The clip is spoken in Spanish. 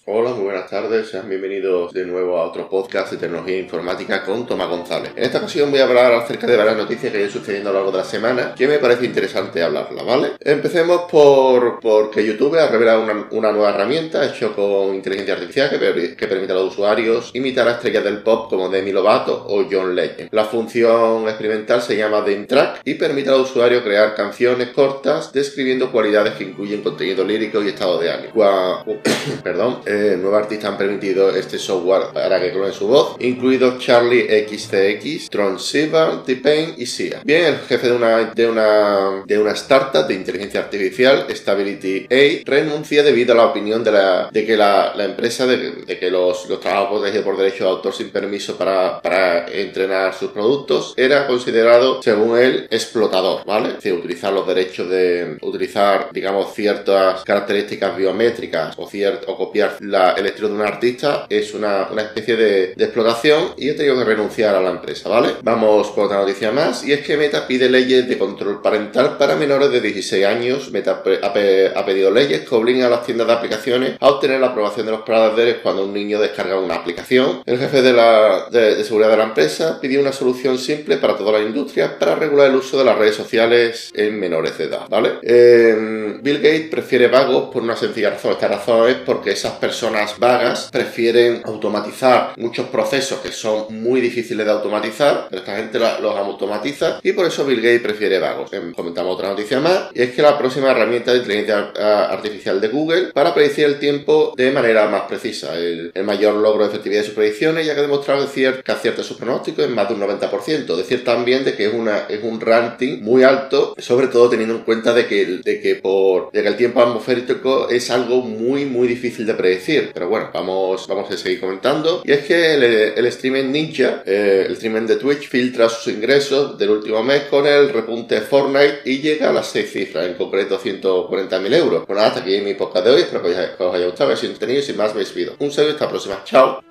Hola, muy buenas tardes, sean bienvenidos de nuevo a otro podcast de tecnología informática con Tomás González. En esta ocasión voy a hablar acerca de varias noticias que han ido sucediendo a lo largo de la semana que me parece interesante hablarlas, ¿vale? Empecemos porque YouTube ha revelado una nueva herramienta hecha con inteligencia artificial que permite a los usuarios imitar a estrellas del pop como Demi Lovato o John Legend. La función experimental se llama Dame Track y permite a los usuarios crear canciones cortas describiendo cualidades que incluyen contenido lírico y estado de ánimo. Nuevos artistas han permitido este software para que clonen su voz, incluidos Charlie XCX, Tron Sivan, T-Pain y Sia. Bien, el jefe de una startup de inteligencia artificial, Stability A, renuncia debido a la opinión de que la empresa de que los trabajos protegidos por derecho de autor sin permiso para entrenar sus productos era considerado, según él, explotador, ¿vale? Es decir, utilizar los derechos de utilizar, digamos, ciertas características biométricas o copiar el estilo de un artista es una especie de explotación y he tenido que renunciar a la empresa, ¿vale? Vamos por otra noticia más, y es que Meta pide leyes de control parental para menores de 16 años. Meta ha pedido leyes que obliguen a las tiendas de aplicaciones a obtener la aprobación de los padres cuando un niño descarga una aplicación. El jefe de seguridad de la empresa pidió una solución simple para toda la industria para regular el uso de las redes sociales en menores de edad, ¿vale? Bill Gates prefiere vagos por una sencilla razón. Esta razón es porque esas personas vagas prefieren automatizar muchos procesos que son muy difíciles de automatizar, pero esta gente los automatiza y por eso Bill Gates prefiere vagos. Comentamos otra noticia más, y es que la próxima herramienta de inteligencia artificial de Google para predecir el tiempo de manera más precisa. El mayor logro de efectividad de sus predicciones, ya que ha demostrado que acierta sus pronósticos en más de un 90%. Decir también de que es un ranking muy alto, sobre todo teniendo en cuenta de que el tiempo atmosférico es algo muy difícil de predecir. Pero bueno, vamos a seguir comentando. Y es que el streaming ninja, el streaming de Twitch, filtra sus ingresos del último mes con el repunte de Fortnite y llega a las 6 cifras, en concreto 140.000 euros. Bueno, hasta aquí mi podcast de hoy. Espero que os haya gustado, que os haya entretenido y sin más me despido. Un saludo y hasta la próxima. Chao.